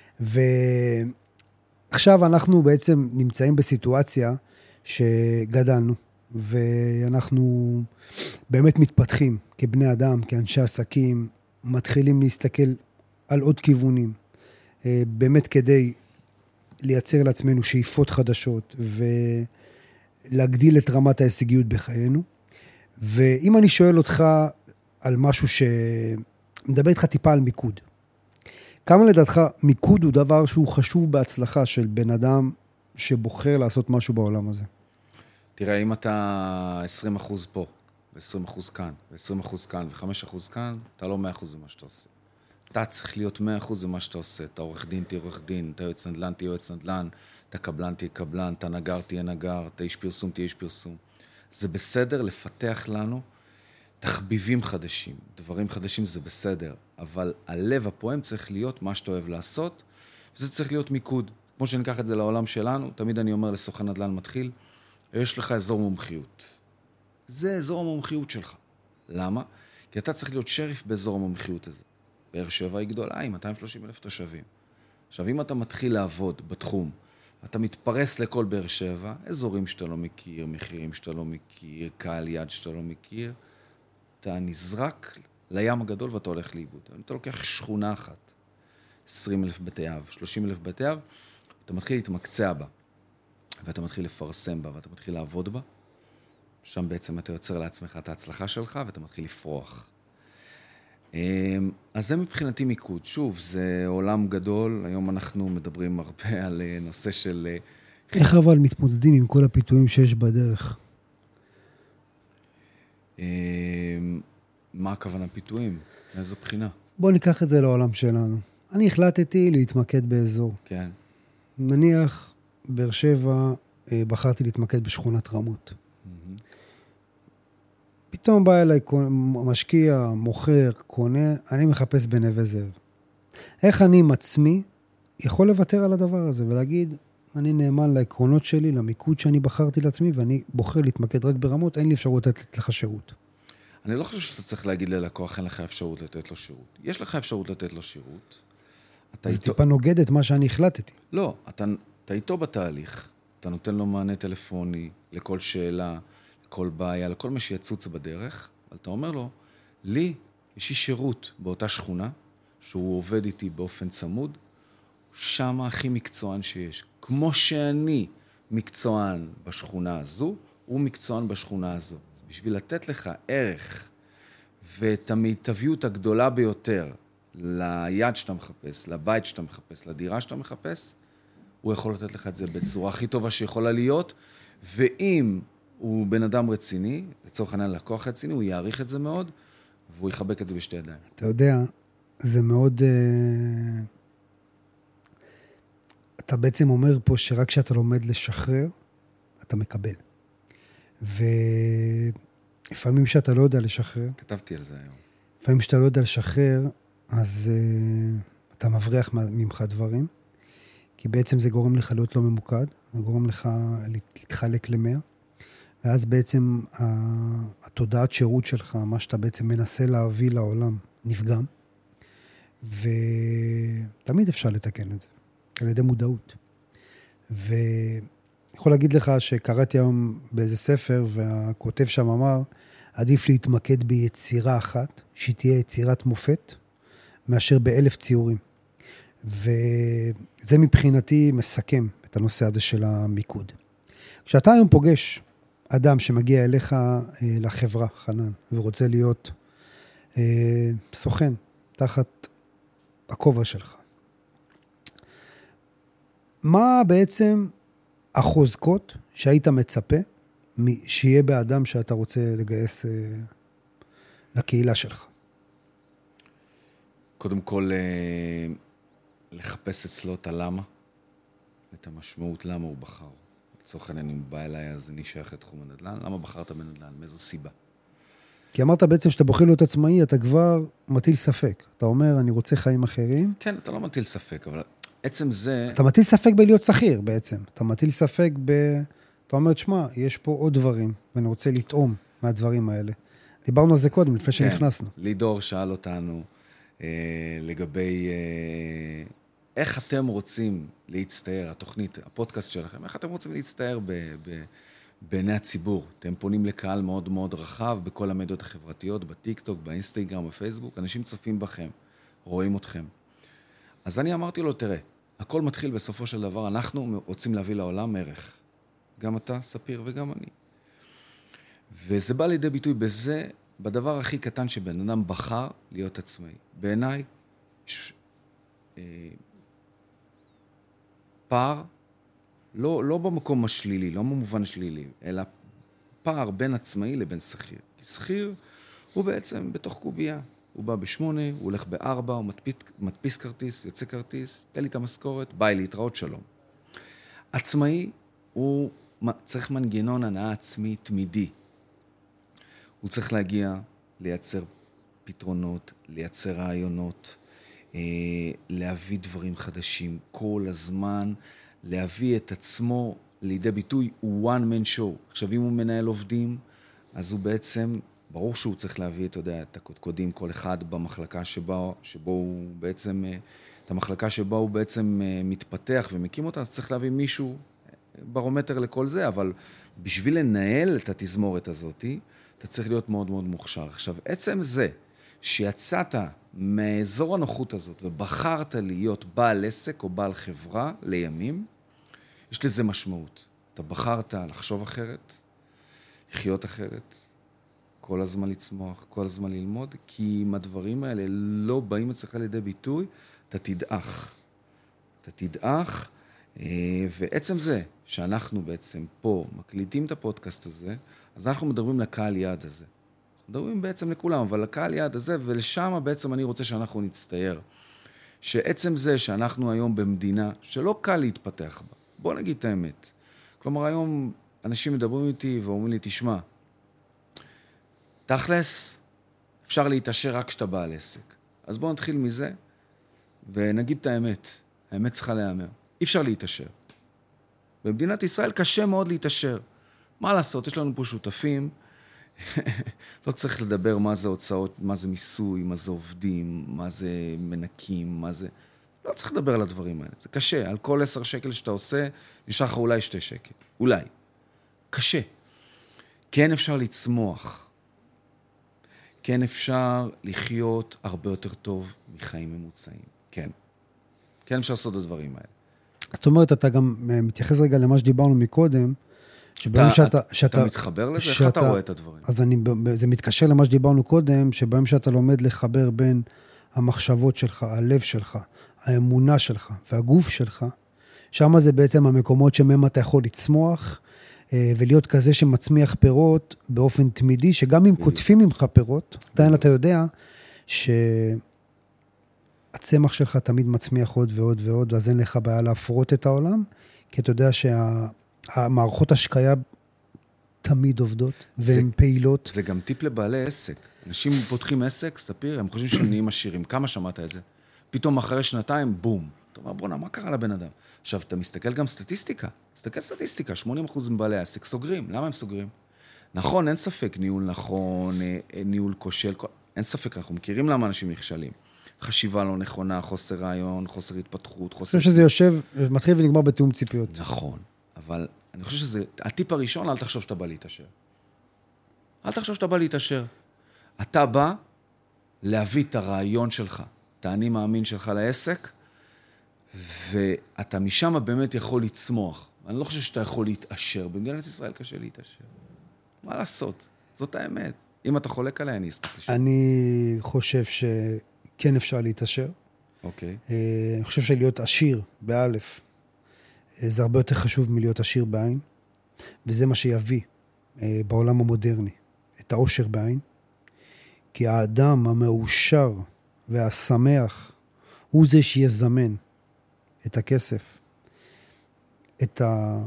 ועכשיו אנחנו בעצם נמצאים בסיטואציה שגדלנו, ואנחנו באמת מתפתחים כבני אדם, כאנשי עסקים, מתחילים להסתכל על עוד כיוונים, באמת כדי לייצר לעצמנו שאיפות חדשות, ולהגדיל את רמת ההישגיות בחיינו. ואם אני שואל אותך על משהו שמדבר איתך טיפה על מיקוד, כמה לדעתך מיקוד הוא דבר שהוא חשוב בהצלחה של בן אדם שבוחר לעשות משהו בעולם הזה? תראה, אם אתה עשרים אחוז פה, ו-עשרים אחוז כאן, ו-עשרים אחוז כאן, ו-חמישה אחוז כאן, אתה לא מאה אחוז במה שאתה עושה. אתה צריך להיות מאה אחוז במה שאתה עושה. אתה עורך דין, תהיה עורך דין, אתה יועץ נדל"ן, תהיה יועץ נדל"ן, אתה קבלן, תהיה קבלן, אתה נגר, תהיה נגר, אתה איש פרסום, תהיה איש פרסום. זה בסדר לפתח לנו תחביבים חדשים, דברים חדשים זה בסדר, אבל הלב הפועם צריך להיות מה שאתה אוהב לעשות, וזה צריך להיות מיקוד. כמו שניקח את זה לעולם שלנו, תמיד אני אומר לסוכן נדל"ן מתחיל, יש לך אזור מומחיות. זה אזור המומחיות שלך. למה? כי אתה צריך להיות שריף באזור המומחיות הזה. באר שבע היא גדולה, עם מאתיים ושלושים אלף תושבים. עכשיו, אם אתה מתחיל לעבוד בתחום, אתה מתפרס לכל באר שבע, אזורים שאתה לא מכיר, מחירים שאתה לא מכיר, קהל יד שאתה לא מכיר, אתה נזרק לים הגדול ואתה הולך לאיבוד. אתה לוקח שכונה אחת, עשרים אלף בתי אב, שלושים אלף בתי אב, אתה מתחיל להתמקצע בה, ואתה מתחיל לפרסם בה, ואתה מתחיל לעבוד בה, שם בעצם אתה יוצר לעצמך את ההצלחה שלך, ואתה מתחיל לפרוח. אז זה מבחינתי מיקוד. שוב, זה עולם גדול, היום אנחנו מדברים הרבה על נושא של... איך אבל מתמודדים עם כל הפיתויים שיש בדרך? מה הכוונה פיתויים? מאיזו בחינה? בוא ניקח את זה לעולם שלנו. אני החלטתי להתמקד באזור. כן. נניח, באר שבע, בחרתי להתמקד בשכונת רמות. Mm-hmm. פתאום בא אליי משקיע, מוכר, קונה, אני מחפש בנווה זאב. איך אני עם עצמי יכול לוותר על הדבר הזה ולהגיד, אני נאמן לעקרונות שלי, למיקוד שאני בחרתי לעצמי, ואני בוחר להתמקד רק ברמות, אין לי אפשרות לתת לך שירות. אני לא חושב שאתה צריך להגיד ללקוח, אין לך אפשרות לתת לו שירות. יש לך אפשרות לתת לו שירות. זה איתו... טיפה נוגד את מה שאני החלטתי. לא, אתה, אתה איתו בתהליך. אתה נותן לו מענה טלפוני לכל שאלה, לכל בעיה, לכל מה שיצוץ בדרך. אבל אתה אומר לו, לי יש לי שירות באותה שכונה, שהוא עובד איתי באופן צמוד, שם הכי מקצוען שיש. כמו שאני מקצוען בשכונה הזו, הוא מקצוען בשכונה הזו. בשביל לתת לך ערך ואת המיטביות הגדולה ביותר ליד שאתה מחפש, לבית שאתה מחפש, לדירה שאתה מחפש, הוא יכול לתת לך את זה בצורה הכי טובה שיכולה להיות, ואם הוא בן אדם רציני, לצורך העניין לקוח רציני, הוא יעריך את זה מאוד, והוא יחבק את זה בשתי ידיים. אתה יודע, זה מאוד... אתה בעצם אומר פה שרק כשאתה לומד לשחרר, אתה מקבל. ולפעמים שאתה לא יודע לשחרר, כתבתי על זה היום. לפעמים שאתה לא יודע לשחרר, אז uh, אתה מבריח ממך דברים, כי בעצם זה גורם לך להיות לא ממוקד, זה גורם לך להתחלק למאה, ואז בעצם התודעת שירות שלך, מה שאתה בעצם מנסה להביא לעולם, נפגם, ותמיד אפשר לתקן את זה, על ידי מודעות. ואני יכול להגיד לך שקראתי היום באיזה ספר, והכותב שם אמר, עדיף להתמקד ביצירה אחת, שהיא תהיה יצירת מופת, מאשר באלף ציורים. וזה מבחינתי מסכם את הנושא הזה של המיקוד. כשאתה היום פוגש אדם שמגיע אליך אה, לחברה, חנן, ורוצה להיות אה, סוכן תחת הכובע שלך, מה בעצם החוזקות שהיית מצפה שיהיה באדם שאתה רוצה לגייס אה, לקהילה שלך? קודם כל, אה, לחפש אצלו את הלמה, את המשמעות, למה הוא בחר. לצורך העניין, אם בא אליי, אז אני שייך את תחום הנדל"ן. למה בחרת בנדל"ן? מאיזו סיבה? כי אמרת בעצם שאתה בוחר להיות עצמאי, אתה כבר מטיל ספק. אתה אומר, אני רוצה חיים אחרים. כן, אתה לא מטיל ספק, אבל עצם זה... אתה מטיל ספק בלהיות שכיר בעצם. אתה מטיל ספק ב... אתה אומר, תשמע, יש פה עוד דברים, ואני רוצה לטעום מהדברים האלה. דיברנו על זה קודם, לפני שנכנסנו. כן, לידור שאל אותנו אה, לגבי... אה, איך אתם רוצים להצטייר, התוכנית, הפודקאסט שלכם, איך אתם רוצים להצטייר ב, ב, בעיני הציבור? אתם פונים לקהל מאוד מאוד רחב בכל המדיות החברתיות, בטיק-טוק, באינסטגרם, בפייסבוק, אנשים צופים בכם, רואים אתכם. אז אני אמרתי לו, תראה, הכל מתחיל בסופו של דבר, אנחנו רוצים להביא לעולם ערך. גם אתה, ספיר, וגם אני. וזה בא לידי ביטוי בזה, בדבר הכי קטן שבן אדם בחר להיות עצמאי. בעיניי, ש... אה, פער, לא, לא במקום השלילי, לא במובן השלילי, אלא פער בין עצמאי לבין שכיר. כי שכיר הוא בעצם בתוך קובייה. הוא בא בשמונה, הוא הולך בארבע, הוא מדפיס, מדפיס כרטיס, יוצא כרטיס, תן לי את המשכורת, ביי, להתראות, שלום. עצמאי הוא צריך מנגנון הנאה עצמי תמידי. הוא צריך להגיע, לייצר פתרונות, לייצר רעיונות, להביא דברים חדשים, כל הזמן, להביא את עצמו לידי ביטוי, הוא one man show. עכשיו, אם הוא מנהל עובדים, אז הוא בעצם, ברור שהוא צריך להביא, אתה יודע, את הקודקודים, כל אחד במחלקה שבה, שבו הוא בעצם, את המחלקה שבה הוא בעצם מתפתח ומקים אותה, אז צריך להביא מישהו ברומטר לכל זה, אבל בשביל לנהל את התזמורת הזאת, אתה צריך להיות מאוד מאוד מוכשר. עכשיו, עצם זה, שיצאת מאזור הנוחות הזאת ובחרת להיות בעל עסק או בעל חברה לימים, יש לזה משמעות. אתה בחרת לחשוב אחרת, לחיות אחרת, כל הזמן לצמוח, כל הזמן ללמוד, כי אם הדברים האלה לא באים אצלך לידי ביטוי, אתה תדעך. אתה תדעך, ועצם זה שאנחנו בעצם פה מקליטים את הפודקאסט הזה, אז אנחנו מדברים לקהל יעד הזה. מדברים בעצם לכולם, אבל לקהל יעד הזה, ולשם בעצם אני רוצה שאנחנו נצטייר. שעצם זה שאנחנו היום במדינה שלא קל להתפתח בה. בוא נגיד את האמת. כלומר, היום אנשים מדברים איתי ואומרים לי, תשמע, תכלס, אפשר להתעשר רק כשאתה בעל עסק. אז בוא נתחיל מזה, ונגיד את האמת. האמת צריכה להיאמר. אי אפשר להתעשר. במדינת ישראל קשה מאוד להתעשר. מה לעשות? יש לנו פה שותפים, לא צריך לדבר מה זה הוצאות, מה זה מיסוי, מה זה עובדים, מה זה מנקים, מה זה... לא צריך לדבר על הדברים האלה. זה קשה. על כל עשר שקל שאתה עושה, נשאר לך אולי שתי שקל. אולי. קשה. כן אפשר לצמוח. כן אפשר לחיות הרבה יותר טוב מחיים ממוצעים. כן. כן אפשר לעשות את הדברים האלה. זאת אומרת, אתה גם מתייחס רגע למה שדיברנו מקודם, שבהם שאתה, שאתה... אתה מתחבר לזה? איך אתה רואה את הדברים? אז אני, זה מתקשר למה שדיברנו קודם, שבהם שאתה לומד לחבר בין המחשבות שלך, הלב שלך, האמונה שלך והגוף שלך, שם זה בעצם המקומות שמהם אתה יכול לצמוח, ולהיות כזה שמצמיח פירות באופן תמידי, שגם אם קוטפים ממך פירות, עדיין אתה יודע שהצמח שלך תמיד מצמיח עוד ועוד ועוד, ואז אין לך בעיה להפרות את העולם, כי אתה יודע שהמערכות השקיה תמיד עובדות, והן פעילות. זה גם טיפ לבעלי עסק. אנשים פותחים עסק, ספיר, הם חושבים שהם נהיים עשירים. כמה שמעת את זה? פתאום אחרי שנתיים, בום. אתה אומר, בוא'נה, מה קרה לבן אדם? עכשיו, אתה מסתכל גם סטטיסטיקה. מסתכל סטטיסטיקה, שמונים אחוז מבעלי העסק סוגרים. למה הם סוגרים? נכון, אין ספק, ניהול נכון, ניהול כושל, אין ספק, אנחנו מכירים למה אנשים נכשלים. חשיבה לא נכונה, חוסר רעיון, חוסר התפתחות, חוסר... אני חושב שזה יושב, מתחיל ונגמר בתיאום ציפיות. נכון, אבל אני חושב שזה, הטיפ הראשון, אל תחשוב שאתה בא להתאשר. אל תחשוב שאתה בא להתאשר. אתה בא להביא את הרעיון שלך, את האני מאמין שלך לעסק, ואתה משם באמת יכול לצמוח. אני לא חושב שאתה יכול להתאשר. במדינת ישראל קשה להתאשר. מה לעשות? זאת האמת. אם אתה חולק עליי, אני אספק לשם. אני חושב שכן אפשר להתאשר. אוקיי. אני חושב שלהיות עשיר, באלף, זה הרבה יותר חשוב מלהיות עשיר בעין, וזה מה שיביא בעולם המודרני, את העושר בעין, כי האדם המאושר והשמח הוא זה שיזמן את הכסף, את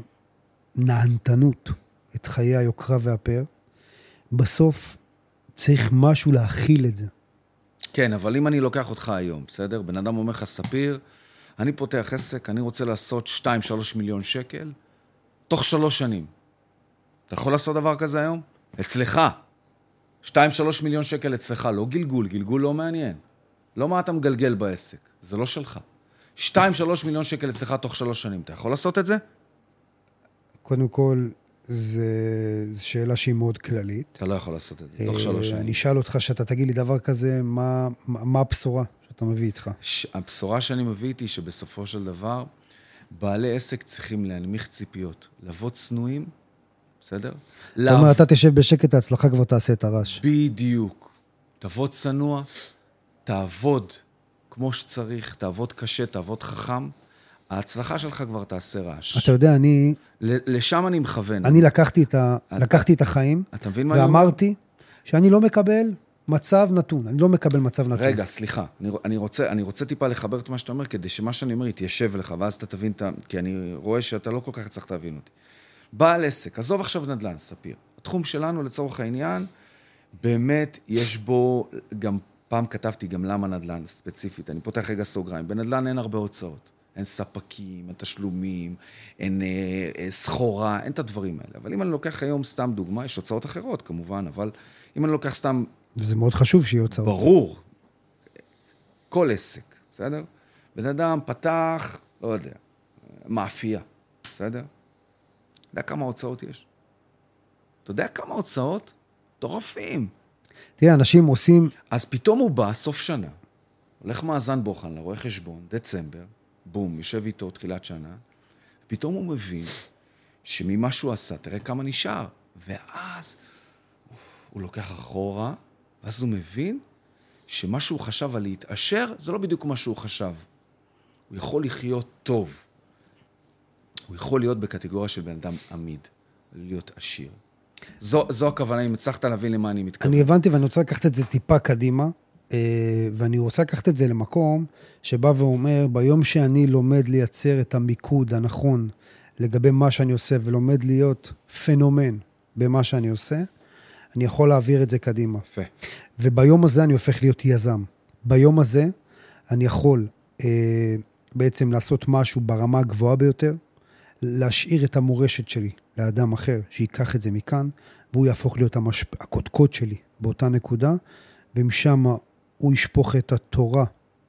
הנענתנות, את חיי היוקרה והפאר. בסוף צריך משהו להכיל את זה. כן, אבל אם אני לוקח אותך היום, בסדר? בן אדם אומר לך, ספיר, אני פותח עסק, אני רוצה לעשות שתיים שלוש מיליון שקל, תוך שלוש שנים. אתה יכול לעשות דבר כזה היום? אצלך. שתיים שלוש מיליון שקל אצלך, לא גלגול, גלגול לא מעניין. לא מה אתה מגלגל בעסק, זה לא שלך. שתיים שלוש מיליון שקל אצלך תוך שלוש שנים, אתה יכול לעשות את זה? קודם כל, זו שאלה שהיא מאוד כללית. אתה לא יכול לעשות את זה, תוך שלוש שנים. אני אשאל אותך שאתה תגיד לי דבר כזה, מה, מה הבשורה שאתה מביא איתך? הבשורה שאני מביא איתי שבסופו של דבר, בעלי עסק צריכים להנמיך ציפיות, לבוא צנועים, בסדר? זאת אומרת, אתה תשב בשקט, ההצלחה כבר תעשה את הרעש. בדיוק. תבוא צנוע, תעבוד כמו שצריך, תעבוד קשה, תעבוד חכם, ההצלחה שלך כבר תעשה רעש. אתה יודע, אני... לשם אני מכוון. אני לקחתי את, ה... לקחתי את החיים, אתה מבין מה אני אומר? ואמרתי שאני לא מקבל מצב נתון. אני לא מקבל מצב נתון. רגע, סליחה. אני, אני, רוצה, אני רוצה טיפה לחבר את מה שאתה אומר, כדי שמה שאני אומר יתיישב לך, ואז אתה תבין את ה... כי אני רואה שאתה לא כל כך צריך להבין אותי. בעל עסק, עזוב עכשיו נדל"ן, ספיר. התחום שלנו, לצורך העניין, באמת יש בו, גם פעם כתבתי גם למה נדל"ן ספציפית. אני פותח רגע סוגריים. בנדל"ן אין הרבה הוצאות. אין ספקים, אין תשלומים, אין אה, אה, סחורה, אין את הדברים האלה. אבל אם אני לוקח היום סתם דוגמה, יש הוצאות אחרות כמובן, אבל אם אני לוקח סתם... וזה מאוד חשוב שיהיה הוצאות. ברור. כל עסק, בסדר? בן אדם פתח, לא יודע, מאפייה, בסדר? אתה יודע כמה הוצאות יש? אתה יודע כמה הוצאות? טורפים. תראה, אנשים עושים... אז פתאום הוא בא, סוף שנה, הולך מאזן בוחן לרואה חשבון, דצמבר, בום, יושב איתו תחילת שנה, פתאום הוא מבין שממה שהוא עשה, תראה כמה נשאר. ואז הוא לוקח אחורה, ואז הוא מבין שמה שהוא חשב על להתעשר, זה לא בדיוק מה שהוא חשב. הוא יכול לחיות טוב. הוא יכול להיות בקטגוריה של בן אדם עמיד, להיות עשיר. זו, זו הכוונה, אם הצלחת להבין למה אני מתכוון. אני הבנתי, ואני רוצה לקחת את זה טיפה קדימה, ואני רוצה לקחת את זה למקום שבא ואומר, ביום שאני לומד לייצר את המיקוד הנכון לגבי מה שאני עושה, ולומד להיות פנומן במה שאני עושה, אני יכול להעביר את זה קדימה. יפה. וביום הזה אני הופך להיות יזם. ביום הזה אני יכול אה, בעצם לעשות משהו ברמה הגבוהה ביותר, להשאיר את המורשת שלי לאדם אחר, שיקח את זה מכאן, והוא יהפוך להיות המשפ... הקודקוד שלי באותה נקודה, ומשם הוא ישפוך את התורה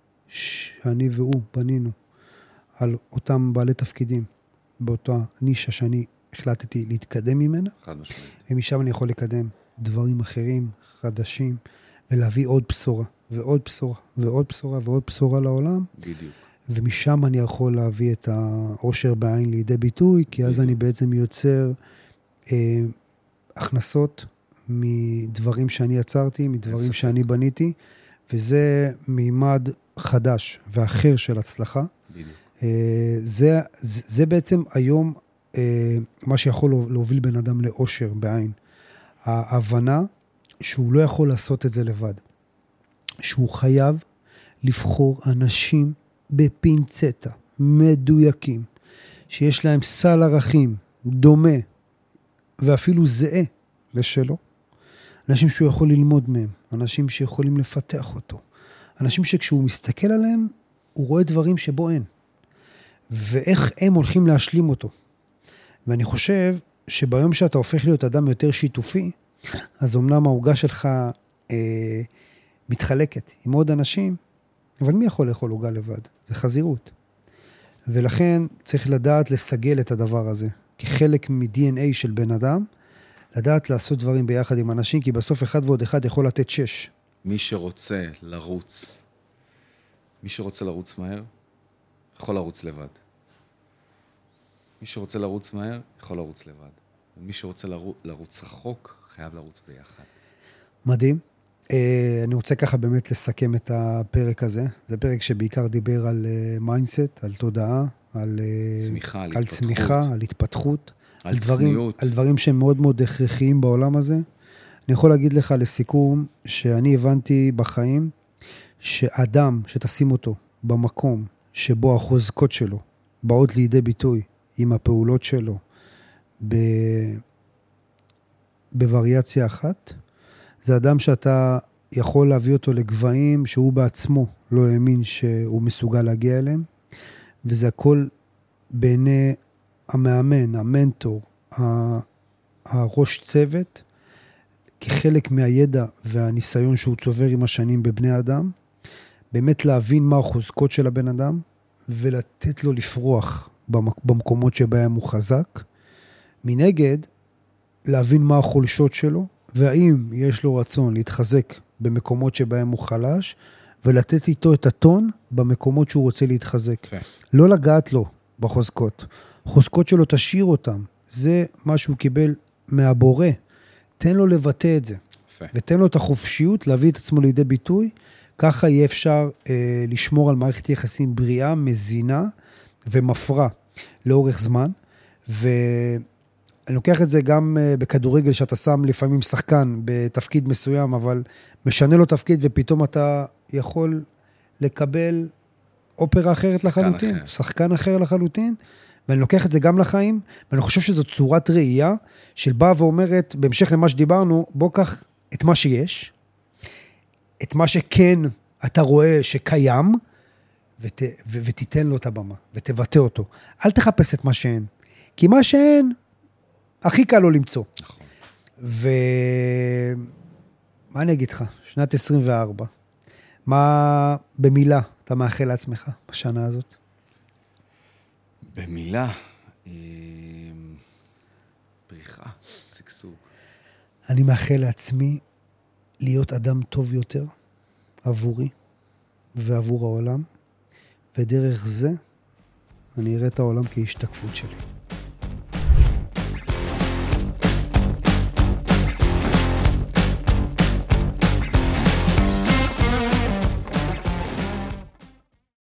שאני והוא בנינו על אותם בעלי תפקידים, באותה נישה שאני החלטתי להתקדם ממנה, חד משמעית. ומשם אני יכול לקדם דברים אחרים, חדשים, ולהביא עוד בשורה, ועוד בשורה, ועוד בשורה, ועוד בשורה לעולם. בדיוק. ומשם אני יכול להביא את העושר בעין לידי ביטוי, כי אז אני בעצם יוצר אה, הכנסות מדברים שאני יצרתי, מדברים שאני בניתי, וזה מימד חדש ואחר של הצלחה. בדיוק. אה, זה, זה, זה בעצם היום אה, מה שיכול להוביל בן אדם לעושר בעין. ההבנה שהוא לא יכול לעשות את זה לבד. שהוא חייב לבחור אנשים בפינצטה, מדויקים, שיש להם סל ערכים דומה ואפילו זהה לשלו. אנשים שהוא יכול ללמוד מהם, אנשים שיכולים לפתח אותו, אנשים שכשהוא מסתכל עליהם, הוא רואה דברים שבו אין. ואיך הם הולכים להשלים אותו. ואני חושב שביום שאתה הופך להיות אדם יותר שיתופי, אז אמנם ההוגה שלך אה, מתחלקת עם עוד אנשים, אבל מי יכול לאכול הוגה לבד? זה חזירות. ולכן צריך לדעת לסגל את הדבר הזה, כחלק מ-די אן איי של בן אדם, לדעת לעשות דברים ביחד עם אנשים, כי בסוף אחד ועוד אחד יכול לתת שש. מי שרוצה לרוץ, מי שרוצה לרוץ מהר, יכול לרוץ לבד. מי שרוצה לרוץ מהר, יכול לרוץ לבד. ומי שרוצה לרוץ, לרוץ רחוק, חייב לרוץ ביחד. מדהים. אני רוצה ככה באמת לסכם את הפרק הזה. זה פרק שבעיקר דיבר על מיינדסט, על תודעה, על צמיחה, על על התפתחות. צמיחה, על התפתחות. על דברים, צניעות. על דברים שהם מאוד מאוד הכרחיים בעולם הזה. אני יכול להגיד לך לסיכום, שאני הבנתי בחיים, שאדם שתשים אותו במקום שבו החוזקות שלו באות לידי ביטוי עם הפעולות שלו ב... בווריאציה אחת, זה אדם שאתה יכול להביא אותו לגבהים שהוא בעצמו לא האמין שהוא מסוגל להגיע אליהם, וזה הכל בעיני המאמן, המנטור, הראש צוות, כחלק מהידע והניסיון שהוא צובר עם השנים בבני אדם, באמת להבין מה החוזקות של הבן אדם, ולתת לו לפרוח במקומות שבהם הוא חזק. מנגד, להבין מה החולשות שלו, והאם יש לו רצון להתחזק במקומות שבהם הוא חלש, ולתת איתו את הטון במקומות שהוא רוצה להתחזק. Okay. לא לגעת לו בחוזקות. חוזקות שלו תשאיר אותם. זה מה שהוא קיבל מהבורא. תן לו לבטא את זה. Okay. ותן לו את החופשיות להביא את עצמו לידי ביטוי. ככה יהיה אפשר אה, לשמור על מערכת יחסים בריאה, מזינה ומפרה לאורך זמן. ואני לוקח את זה גם אה, בכדורגל, שאתה שם לפעמים שחקן בתפקיד מסוים, אבל משנה לו תפקיד ופתאום אתה יכול לקבל אופרה אחרת לחלוטין. אחר. שחקן אחר לחלוטין. ואני לוקח את זה גם לחיים, ואני חושב שזו צורת ראייה של באה ואומרת, בהמשך למה שדיברנו, בוא קח את מה שיש, את מה שכן אתה רואה שקיים, ות, ו, ותיתן לו את הבמה, ותבטא אותו. אל תחפש את מה שאין, כי מה שאין, הכי קל לו למצוא. נכון. ומה אני אגיד לך? שנת עשרים וארבע, מה במילה אתה מאחל לעצמך בשנה הזאת? במילה, פריחה, סגסוג. אני מאחל לעצמי להיות אדם טוב יותר עבורי ועבור העולם, ודרך זה אני אראה את העולם כהשתקפות שלי.